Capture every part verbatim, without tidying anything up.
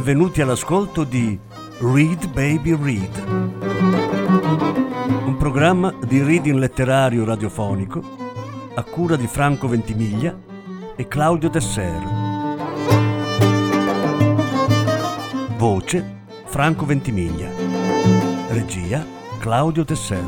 benvenuti all'ascolto di Read Baby Read, un programma di reading letterario radiofonico a cura di Franco Ventimiglia e Claudio Desser. Voce Franco Ventimiglia. Regia Claudio Desser.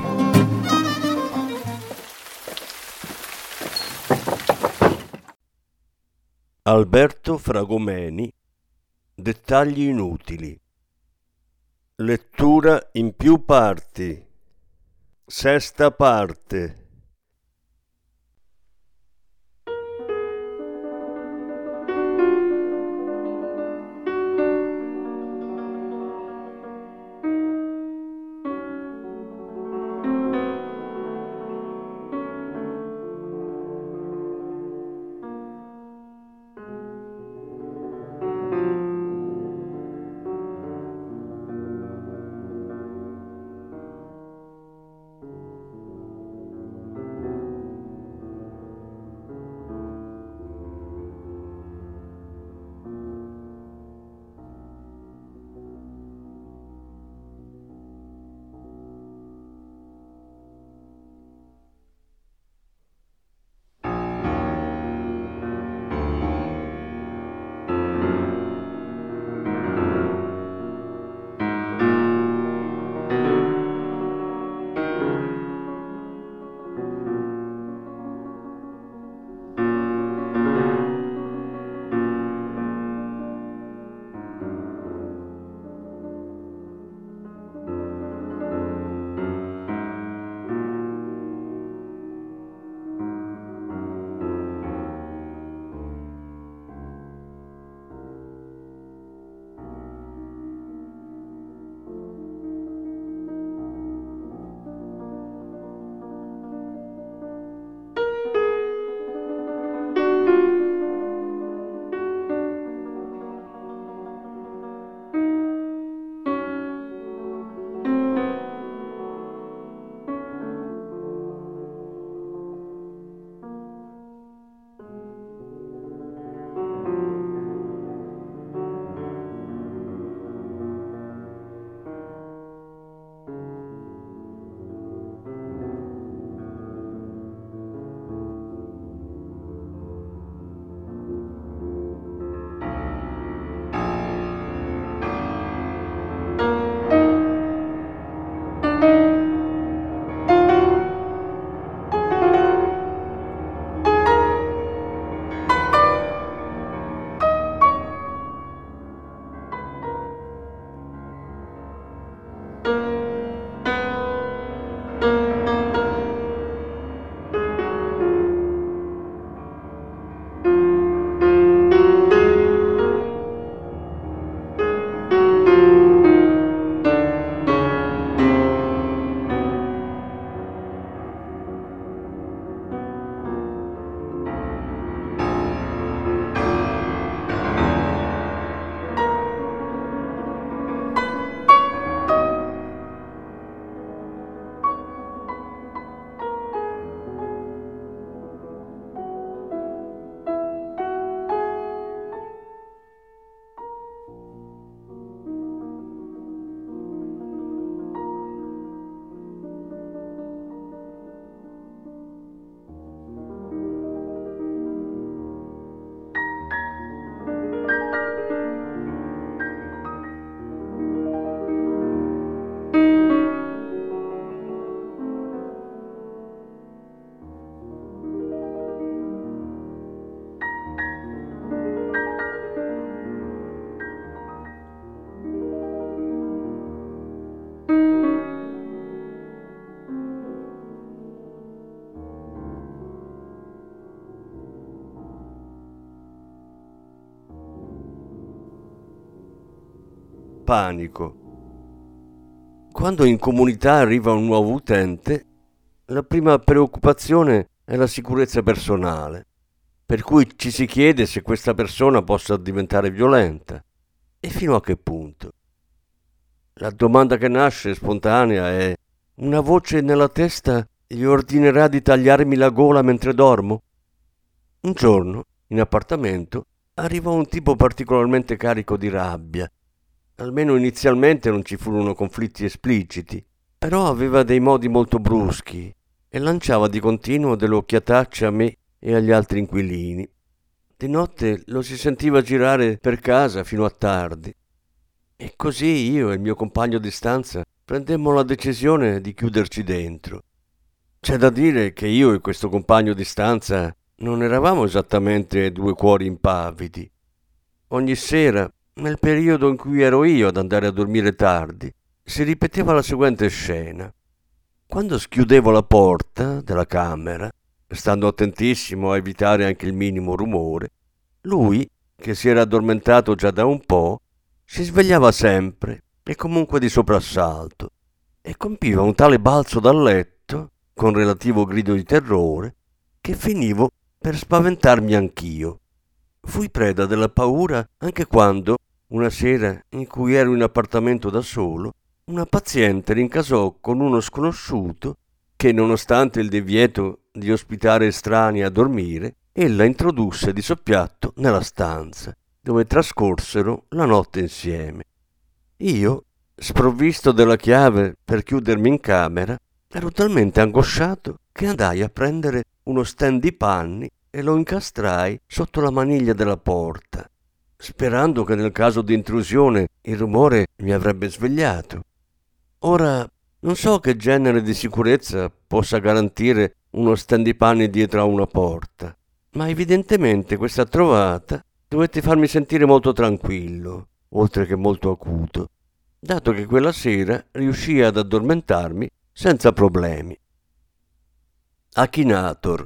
Alberto Fragomeni. Dettagli inutili. Lettura in più parti. Sesta parte. Panico. Quando in comunità arriva un nuovo utente, la prima preoccupazione è la sicurezza personale, per cui ci si chiede se questa persona possa diventare violenta e fino a che punto. La domanda che nasce spontanea è: una voce nella testa gli ordinerà di tagliarmi la gola mentre dormo? Un giorno, in appartamento, arriva un tipo particolarmente carico di rabbia Almeno inizialmente non ci furono conflitti espliciti, però aveva dei modi molto bruschi e lanciava di continuo delle occhiatacce a me e agli altri inquilini. Di notte lo si sentiva girare per casa fino a tardi. E così io e il mio compagno di stanza prendemmo la decisione di chiuderci dentro. C'è da dire che io e questo compagno di stanza non eravamo esattamente due cuori impavidi. Ogni sera, nel periodo in cui ero io ad andare a dormire tardi, si ripeteva la seguente scena. Quando schiudevo la porta della camera, stando attentissimo a evitare anche il minimo rumore, lui, che si era addormentato già da un po', si svegliava sempre e comunque di soprassalto e compiva un tale balzo dal letto, con relativo grido di terrore, che finivo per spaventarmi anch'io. Fui preda della paura anche quando, una sera in cui ero in appartamento da solo, una paziente rincasò con uno sconosciuto che, nonostante il divieto di ospitare estranei a dormire, ella introdusse di soppiatto nella stanza, dove trascorsero la notte insieme. Io, sprovvisto della chiave per chiudermi in camera, ero talmente angosciato che andai a prendere uno stand di panni e lo incastrai sotto la maniglia della porta, sperando che nel caso di intrusione il rumore mi avrebbe svegliato. Ora, non so che genere di sicurezza possa garantire uno stand di panni dietro a una porta, ma evidentemente questa trovata dovette farmi sentire molto tranquillo, oltre che molto acuto, dato che quella sera riuscii ad addormentarmi senza problemi. Akinator.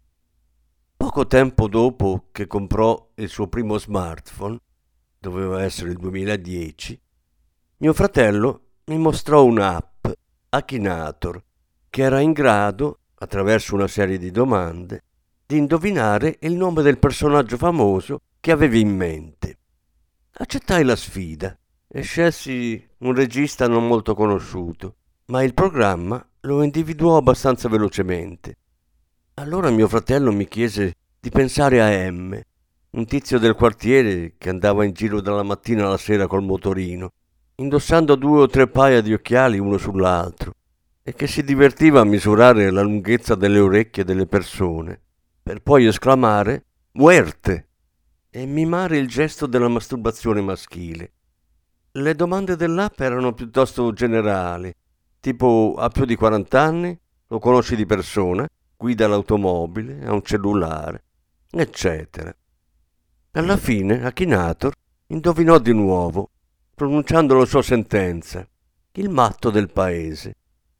Poco tempo dopo che comprò il suo primo smartphone, doveva essere il duemiladieci, mio fratello mi mostrò un'app, Akinator, che era in grado, attraverso una serie di domande, di indovinare il nome del personaggio famoso che avevi in mente. Accettai la sfida e scelsi un regista non molto conosciuto, ma il programma lo individuò abbastanza velocemente. Allora mio fratello mi chiese di pensare a M, un tizio del quartiere che andava in giro dalla mattina alla sera col motorino, indossando due o tre paia di occhiali uno sull'altro, e che si divertiva a misurare la lunghezza delle orecchie delle persone, per poi esclamare «Muerte!» e mimare il gesto della masturbazione maschile. Le domande dell'app erano piuttosto generali, tipo «Ha più di quaranta anni? Lo conosci di persona? Guida l'automobile? Ha un cellulare?» eccetera. Alla fine Akinator indovinò di nuovo, pronunciando la sua sentenza: il matto del paese.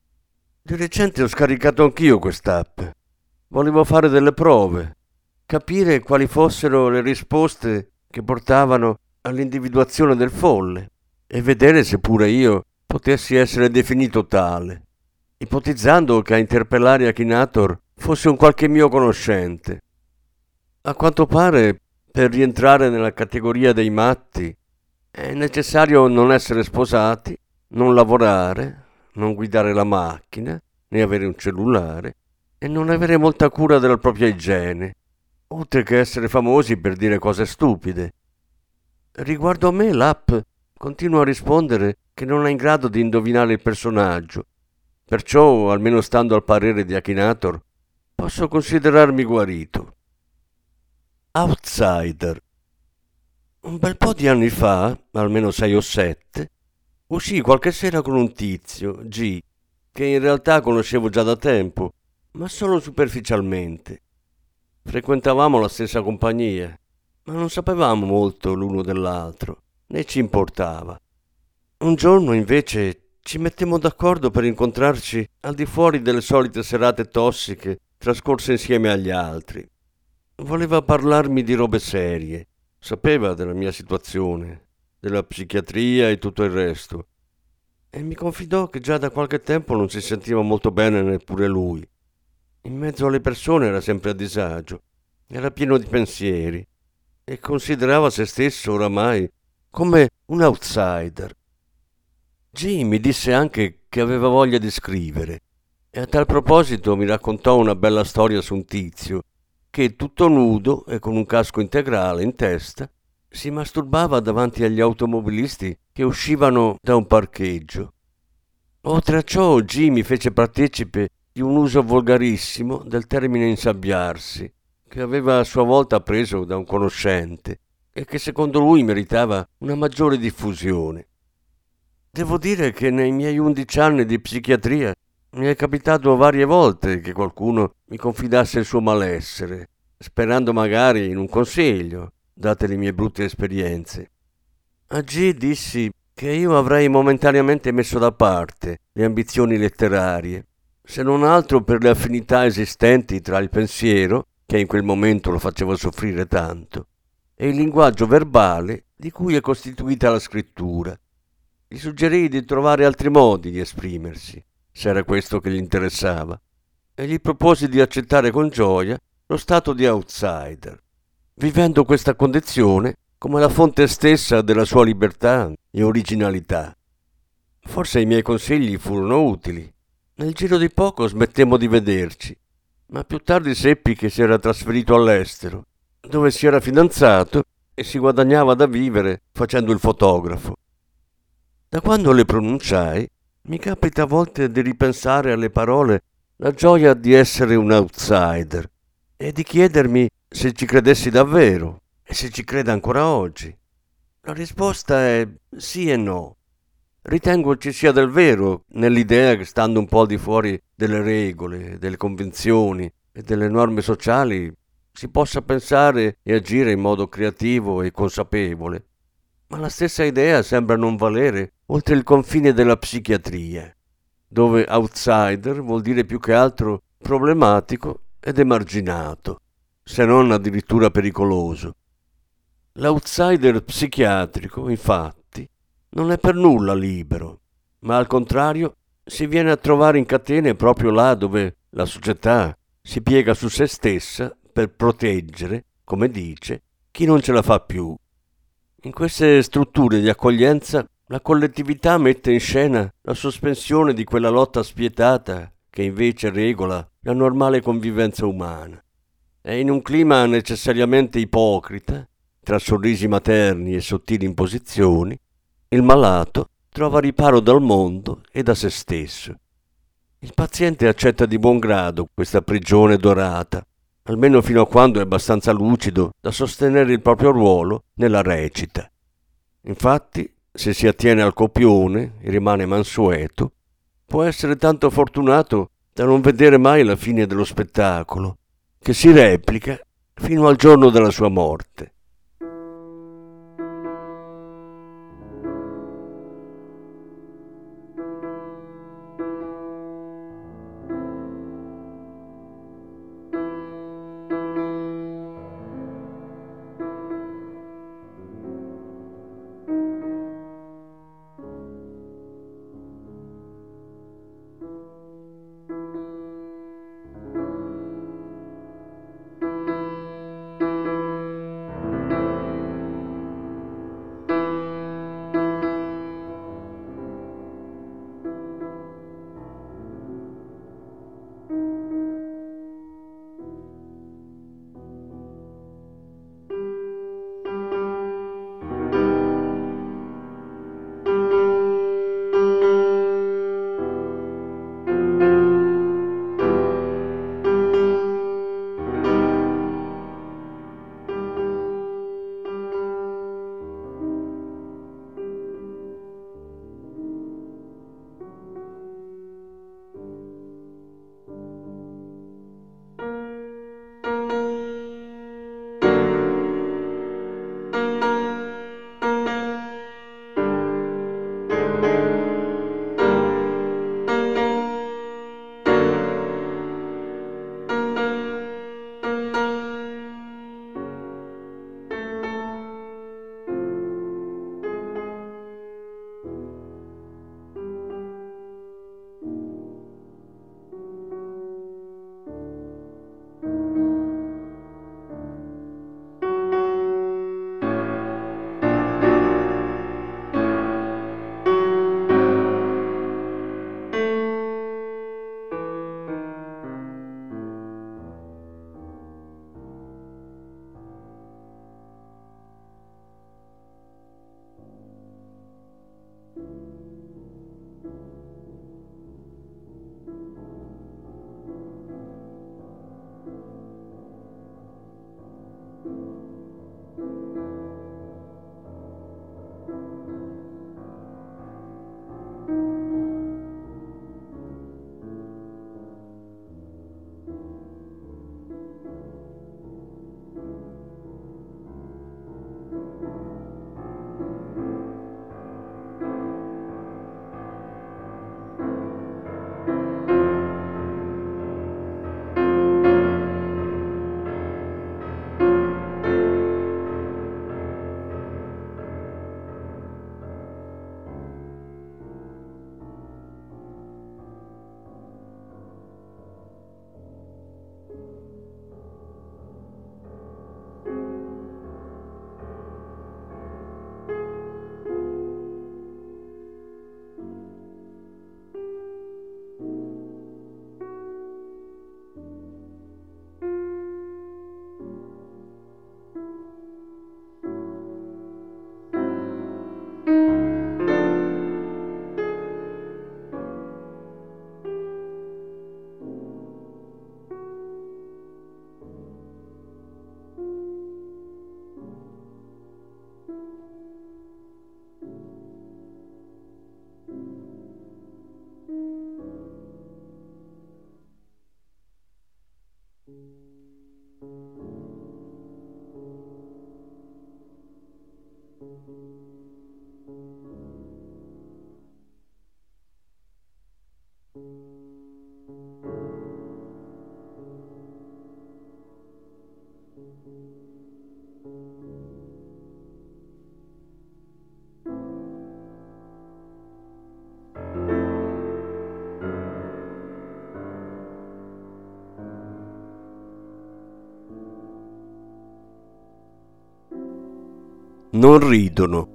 Di recente ho scaricato anch'io quest'app. Volevo fare delle prove, capire quali fossero le risposte che portavano all'individuazione del folle e vedere se pure io potessi essere definito tale, ipotizzando che a interpellare Akinator fosse un qualche mio conoscente. A quanto pare, per rientrare nella categoria dei matti, è necessario non essere sposati, non lavorare, non guidare la macchina, né avere un cellulare, e non avere molta cura della propria igiene, oltre che essere famosi per dire cose stupide. Riguardo a me, l'app continua a rispondere che non è in grado di indovinare il personaggio, perciò, almeno stando al parere di Akinator, posso considerarmi guarito. Outsider. Un bel po' di anni fa, almeno sei o sette, uscii qualche sera con un tizio, G, che in realtà conoscevo già da tempo, ma solo superficialmente. Frequentavamo la stessa compagnia, ma non sapevamo molto l'uno dell'altro, né ci importava. Un giorno, invece, ci mettemmo d'accordo per incontrarci al di fuori delle solite serate tossiche trascorse insieme agli altri. Voleva parlarmi di robe serie, sapeva della mia situazione, della psichiatria e tutto il resto, e mi confidò che già da qualche tempo non si sentiva molto bene neppure lui. In mezzo alle persone era sempre a disagio, era pieno di pensieri e considerava se stesso oramai come un outsider. G mi disse anche che aveva voglia di scrivere e a tal proposito mi raccontò una bella storia su un tizio che, tutto nudo e con un casco integrale in testa, si masturbava davanti agli automobilisti che uscivano da un parcheggio. Oltre a ciò, G mi fece partecipe di un uso volgarissimo del termine insabbiarsi, che aveva a sua volta preso da un conoscente e che secondo lui meritava una maggiore diffusione. Devo dire che nei miei undici anni di psichiatria mi è capitato varie volte che qualcuno mi confidasse il suo malessere, sperando magari in un consiglio, date le mie brutte esperienze. A G dissi che io avrei momentaneamente messo da parte le ambizioni letterarie, se non altro per le affinità esistenti tra il pensiero, che in quel momento lo faceva soffrire tanto, e il linguaggio verbale di cui è costituita la scrittura. Gli suggerii di trovare altri modi di esprimersi, se era questo che gli interessava, e gli proposi di accettare con gioia lo stato di outsider, vivendo questa condizione come la fonte stessa della sua libertà e originalità. Forse i miei consigli furono utili. Nel giro di poco smettemmo di vederci, ma più tardi seppi che si era trasferito all'estero, dove si era fidanzato e si guadagnava da vivere facendo il fotografo. Da quando le pronunciai, mi capita a volte di ripensare alle parole la gioia di essere un outsider e di chiedermi se ci credessi davvero e se ci creda ancora oggi. La risposta è sì e no. Ritengo ci sia del vero nell'idea che stando un po' al di fuori delle regole, delle convenzioni e delle norme sociali si possa pensare e agire in modo creativo e consapevole. Ma la stessa idea sembra non valere oltre il confine della psichiatria, dove outsider vuol dire più che altro problematico ed emarginato, se non addirittura pericoloso. L'outsider psichiatrico, infatti, non è per nulla libero, ma al contrario si viene a trovare in catene proprio là dove la società si piega su se stessa per proteggere, come dice, chi non ce la fa più. In queste strutture di accoglienza la collettività mette in scena la sospensione di quella lotta spietata che invece regola la normale convivenza umana. E in un clima necessariamente ipocrita, tra sorrisi materni e sottili imposizioni, il malato trova riparo dal mondo e da se stesso. Il paziente accetta di buon grado questa prigione dorata, almeno fino a quando è abbastanza lucido da sostenere il proprio ruolo nella recita. Infatti, se si attiene al copione e rimane mansueto, può essere tanto fortunato da non vedere mai la fine dello spettacolo, che si replica fino al giorno della sua morte. non ridono.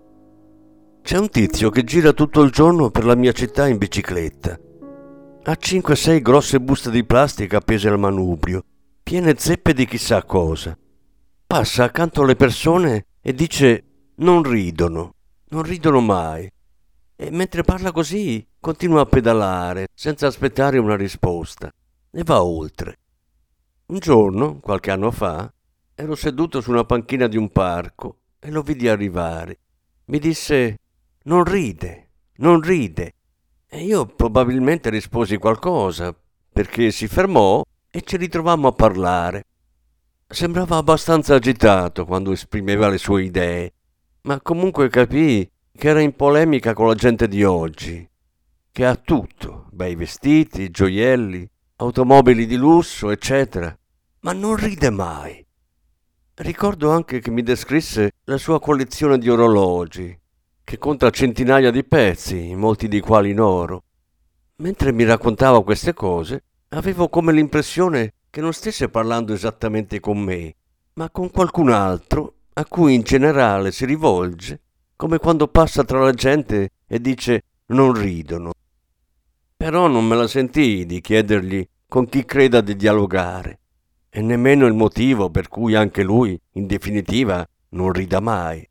C'è un tizio che gira tutto il giorno per la mia città in bicicletta. Ha cinque sei grosse buste di plastica appese al manubrio, piene zeppe di chissà cosa. Passa accanto alle persone e dice non ridono, non ridono mai. E mentre parla così continua a pedalare senza aspettare una risposta e va oltre. Un giorno, qualche anno fa, ero seduto su una panchina di un parco e lo vidi arrivare. Mi disse non ride, non ride. E io probabilmente risposi qualcosa, perché si fermò e ci ritrovammo a parlare. Sembrava abbastanza agitato quando esprimeva le sue idee, ma comunque capii che era in polemica con la gente di oggi, che ha tutto, bei vestiti, gioielli, automobili di lusso, eccetera, ma non ride mai. Ricordo anche che mi descrisse la sua collezione di orologi, che conta centinaia di pezzi, molti dei quali in oro. Mentre mi raccontava queste cose, avevo come l'impressione che non stesse parlando esattamente con me, ma con qualcun altro a cui in generale si rivolge, come quando passa tra la gente e dice non ridono. Però non me la sentii di chiedergli con chi creda di dialogare, e nemmeno il motivo per cui anche lui, in definitiva, non rida mai.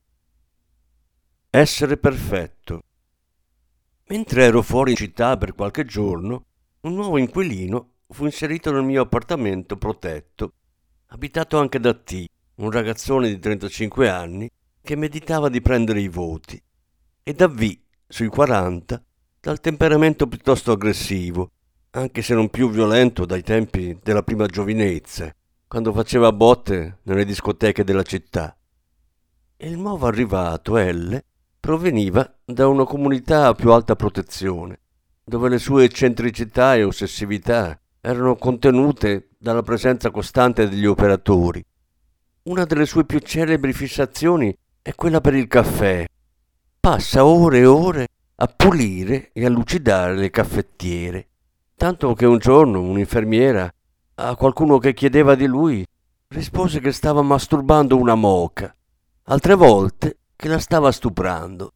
Essere perfetto. Mentre ero fuori in città per qualche giorno, un nuovo inquilino fu inserito nel mio appartamento protetto, abitato anche da T, un ragazzone di trentacinque anni che meditava di prendere i voti, e da V, sui quaranta, dal temperamento piuttosto aggressivo, anche se non più violento dai tempi della prima giovinezza, quando faceva botte nelle discoteche della città. E il nuovo arrivato, L, proveniva da una comunità a più alta protezione, dove le sue eccentricità e ossessività erano contenute dalla presenza costante degli operatori. Una delle sue più celebri fissazioni è quella per il caffè. Passa ore e ore a pulire e a lucidare le caffettiere, tanto che un giorno un'infermiera, a qualcuno che chiedeva di lui, rispose che stava masturbando una moka, altre volte che la stava stuprando.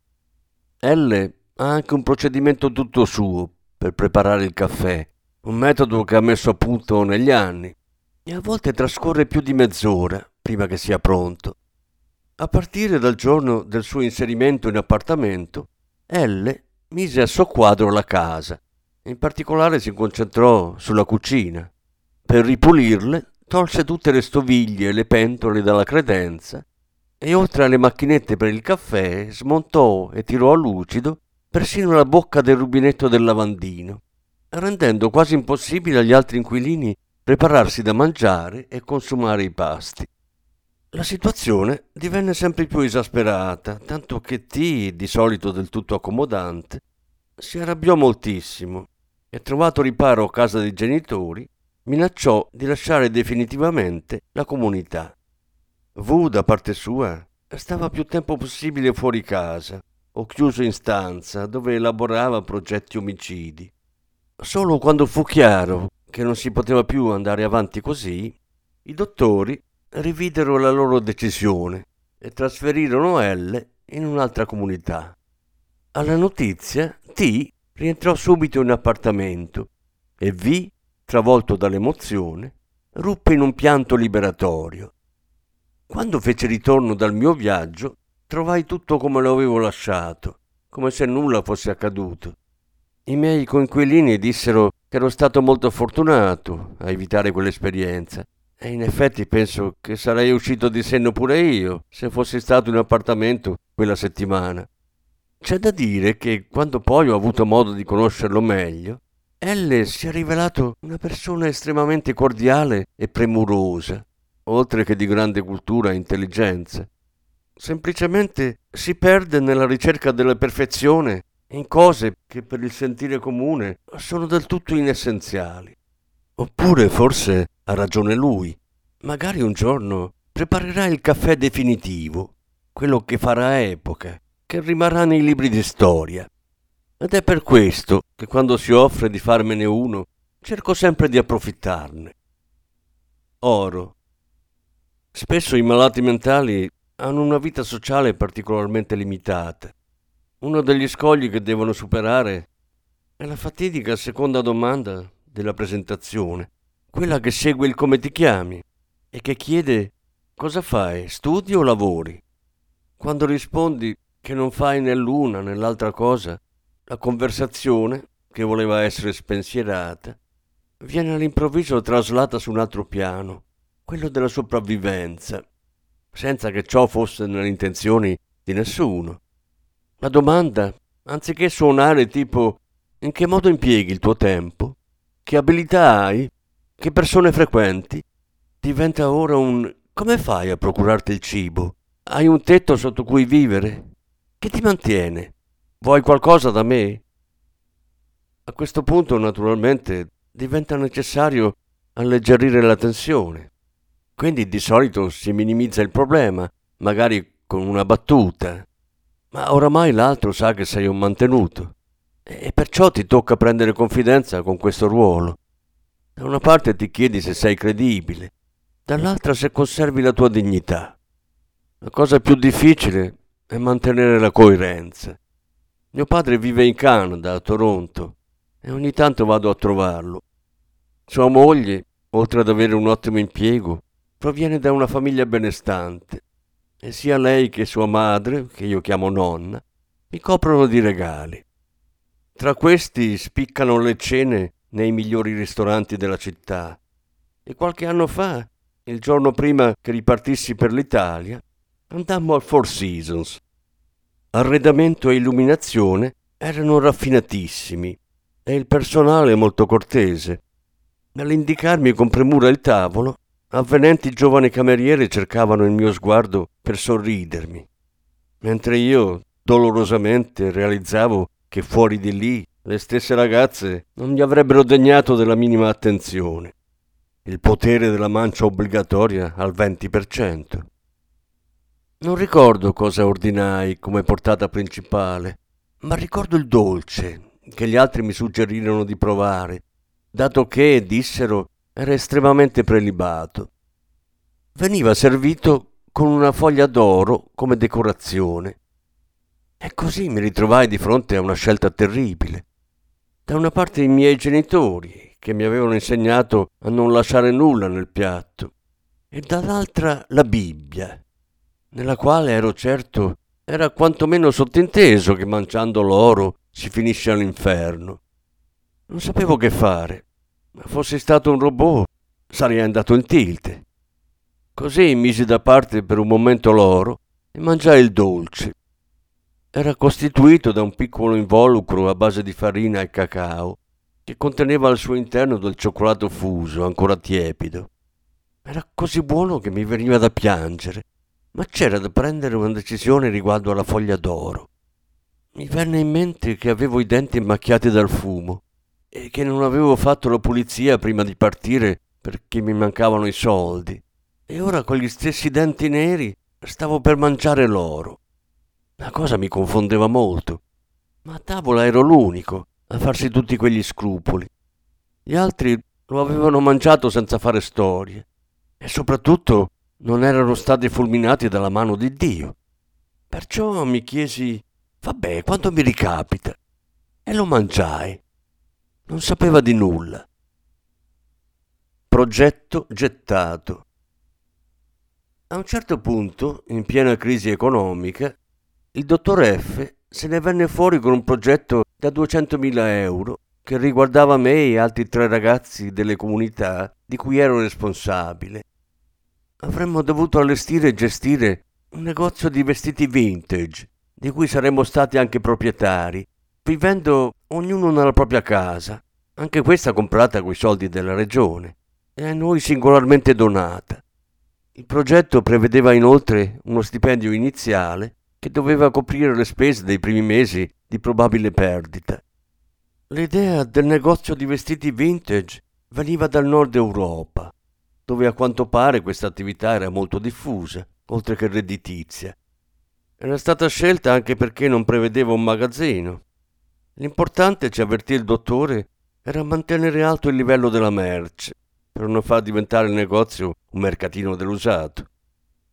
L ha anche un procedimento tutto suo per preparare il caffè, un metodo che ha messo a punto negli anni, e a volte trascorre più di mezz'ora prima che sia pronto. A partire dal giorno del suo inserimento in appartamento, L mise a soqquadro la casa. In particolare si concentrò sulla cucina. Per ripulirle tolse tutte le stoviglie e le pentole dalla credenza e oltre alle macchinette per il caffè smontò e tirò a lucido persino la bocca del rubinetto del lavandino, rendendo quasi impossibile agli altri inquilini prepararsi da mangiare e consumare i pasti. La situazione divenne sempre più esasperata, tanto che T, di solito del tutto accomodante, si arrabbiò moltissimo e, trovato riparo a casa dei genitori, minacciò di lasciare definitivamente la comunità. V, da parte sua, stava più tempo possibile fuori casa o chiuso in stanza dove elaborava progetti omicidi. Solo quando fu chiaro che non si poteva più andare avanti così, i dottori rividero la loro decisione e trasferirono L in un'altra comunità. Alla notizia, T rientrò subito in appartamento e V, travolto dall'emozione, ruppe in un pianto liberatorio. Quando fece ritorno dal mio viaggio, trovai tutto come lo avevo lasciato, come se nulla fosse accaduto. I miei coinquilini dissero che ero stato molto fortunato a evitare quell'esperienza e in effetti penso che sarei uscito di senno pure io se fossi stato in appartamento quella settimana. C'è da dire che quando poi ho avuto modo di conoscerlo meglio, L si è rivelato una persona estremamente cordiale e premurosa, oltre che di grande cultura e intelligenza. Semplicemente si perde nella ricerca della perfezione in cose che per il sentire comune sono del tutto inessenziali. Oppure forse ha ragione lui. Magari un giorno preparerà il caffè definitivo, quello che farà epoca, che rimarrà nei libri di storia. Ed è per questo che quando si offre di farmene uno, cerco sempre di approfittarne. Oro. Spesso i malati mentali hanno una vita sociale particolarmente limitata. Uno degli scogli che devono superare è la fatidica seconda domanda della presentazione, quella che segue il come ti chiami e che chiede cosa fai, studi o lavori. Quando rispondi che non fai né l'una né l'altra cosa, la conversazione, che voleva essere spensierata, viene all'improvviso traslata su un altro piano, quello della sopravvivenza, senza che ciò fosse nelle intenzioni di nessuno. La domanda, anziché suonare tipo in che modo impieghi il tuo tempo, che abilità hai, che persone frequenti, diventa ora un come fai a procurarti il cibo? Hai un tetto sotto cui vivere? Che ti mantiene? Vuoi qualcosa da me? A questo punto, naturalmente, diventa necessario alleggerire la tensione. Quindi di solito si minimizza il problema, magari con una battuta. Ma oramai l'altro sa che sei un mantenuto e perciò ti tocca prendere confidenza con questo ruolo. Da una parte ti chiedi se sei credibile, dall'altra se conservi la tua dignità. La cosa più difficile è mantenere la coerenza. Mio padre vive in Canada, a Toronto, e ogni tanto vado a trovarlo. Sua moglie, oltre ad avere un ottimo impiego, proviene da una famiglia benestante e sia lei che sua madre, che io chiamo nonna, mi coprono di regali. Tra questi spiccano le cene nei migliori ristoranti della città e qualche anno fa, il giorno prima che ripartissi per l'Italia, andammo al Four Seasons. Arredamento e illuminazione erano raffinatissimi e il personale molto cortese. Nell'indicarmi con premura il tavolo, avvenenti giovani cameriere cercavano il mio sguardo per sorridermi, mentre io dolorosamente realizzavo che fuori di lì le stesse ragazze non mi avrebbero degnato della minima attenzione. Il potere della mancia obbligatoria al venti per cento. Non ricordo cosa ordinai come portata principale, ma ricordo il dolce che gli altri mi suggerirono di provare, dato che, dissero, era estremamente prelibato. Veniva servito con una foglia d'oro come decorazione. E così mi ritrovai di fronte a una scelta terribile. Da una parte i miei genitori, che mi avevano insegnato a non lasciare nulla nel piatto, e dall'altra la Bibbia, nella quale ero certo era quantomeno sottinteso che mangiando l'oro si finisce all'inferno. Non sapevo che fare, ma fossi stato un robot sarei andato in tilt. Così misi da parte per un momento l'oro e mangiai il dolce. Era costituito da un piccolo involucro a base di farina e cacao che conteneva al suo interno del cioccolato fuso ancora tiepido. Era così buono che mi veniva da piangere, ma c'era da prendere una decisione riguardo alla foglia d'oro. Mi venne in mente che avevo i denti macchiati dal fumo e che non avevo fatto la pulizia prima di partire perché mi mancavano i soldi. E ora con gli stessi denti neri stavo per mangiare l'oro. La cosa mi confondeva molto, ma a tavola ero l'unico a farsi tutti quegli scrupoli. Gli altri lo avevano mangiato senza fare storie e soprattutto non erano stati fulminati dalla mano di Dio. Perciò mi chiesi, vabbè, quando mi ricapita? E lo mangiai. Non sapeva di nulla. Progetto gettato. A un certo punto, in piena crisi economica, il dottor F se ne venne fuori con un progetto da duecentomila euro che riguardava me e altri tre ragazzi delle comunità di cui ero responsabile. Avremmo dovuto allestire e gestire un negozio di vestiti vintage, di cui saremmo stati anche proprietari, vivendo ognuno nella propria casa, anche questa comprata coi soldi della regione, e a noi singolarmente donata. Il progetto prevedeva inoltre uno stipendio iniziale che doveva coprire le spese dei primi mesi di probabile perdita. L'idea del negozio di vestiti vintage veniva dal nord Europa, dove a quanto pare questa attività era molto diffusa, oltre che redditizia. Era stata scelta anche perché non prevedeva un magazzino. L'importante, ci avvertì il dottore, era mantenere alto il livello della merce, per non far diventare il negozio un mercatino dell'usato.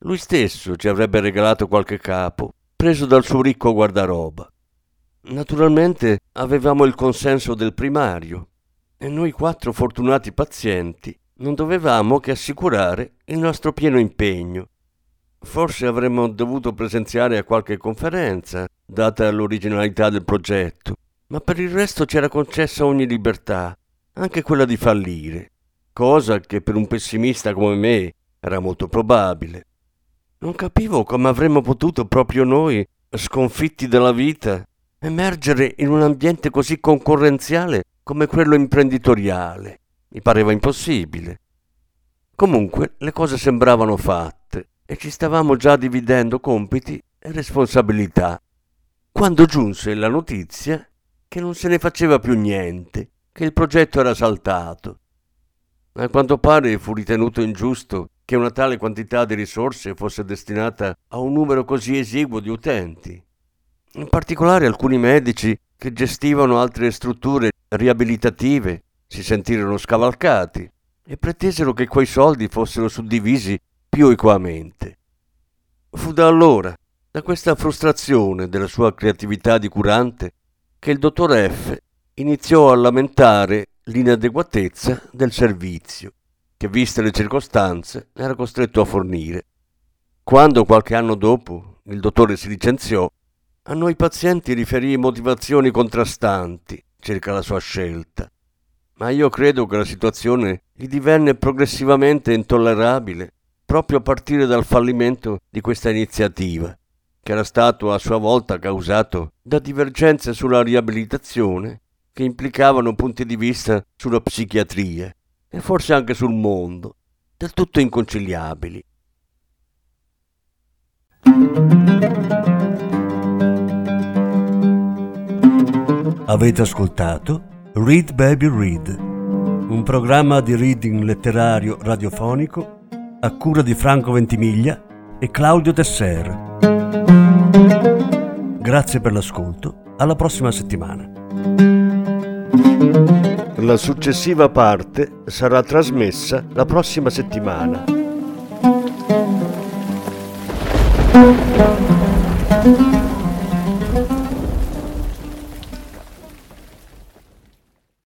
lui stesso ci avrebbe regalato qualche capo, preso dal suo ricco guardaroba. Naturalmente avevamo il consenso del primario e noi quattro fortunati pazienti non dovevamo che assicurare il nostro pieno impegno. Forse avremmo dovuto presenziare a qualche conferenza, data l'originalità del progetto, ma per il resto c'era concessa ogni libertà, anche quella di fallire, cosa che per un pessimista come me era molto probabile. Non capivo come avremmo potuto proprio noi, sconfitti dalla vita, emergere in un ambiente così concorrenziale come quello imprenditoriale. Mi pareva impossibile. Comunque le cose sembravano fatte e ci stavamo già dividendo compiti e responsabilità, quando giunse la notizia che non se ne faceva più niente, che il progetto era saltato. A quanto pare fu ritenuto ingiusto che una tale quantità di risorse fosse destinata a un numero così esiguo di utenti. In particolare alcuni medici che gestivano altre strutture riabilitative si sentirono scavalcati e pretesero che quei soldi fossero suddivisi più equamente. Fu da allora, da questa frustrazione della sua creatività di curante, che il dottor F iniziò a lamentare l'inadeguatezza del servizio che, viste le circostanze, era costretto a fornire. Quando qualche anno dopo il dottore si licenziò, a noi pazienti riferì motivazioni contrastanti circa la sua scelta, ma io credo che la situazione gli divenne progressivamente intollerabile proprio a partire dal fallimento di questa iniziativa, che era stato a sua volta causato da divergenze sulla riabilitazione che implicavano punti di vista sulla psichiatria e forse anche sul mondo, del tutto inconciliabili. Avete ascoltato Read Baby Read, un programma di reading letterario radiofonico a cura di Franco Ventimiglia e Claudio Tesser. Grazie per l'ascolto, alla prossima settimana. La successiva parte sarà trasmessa la prossima settimana.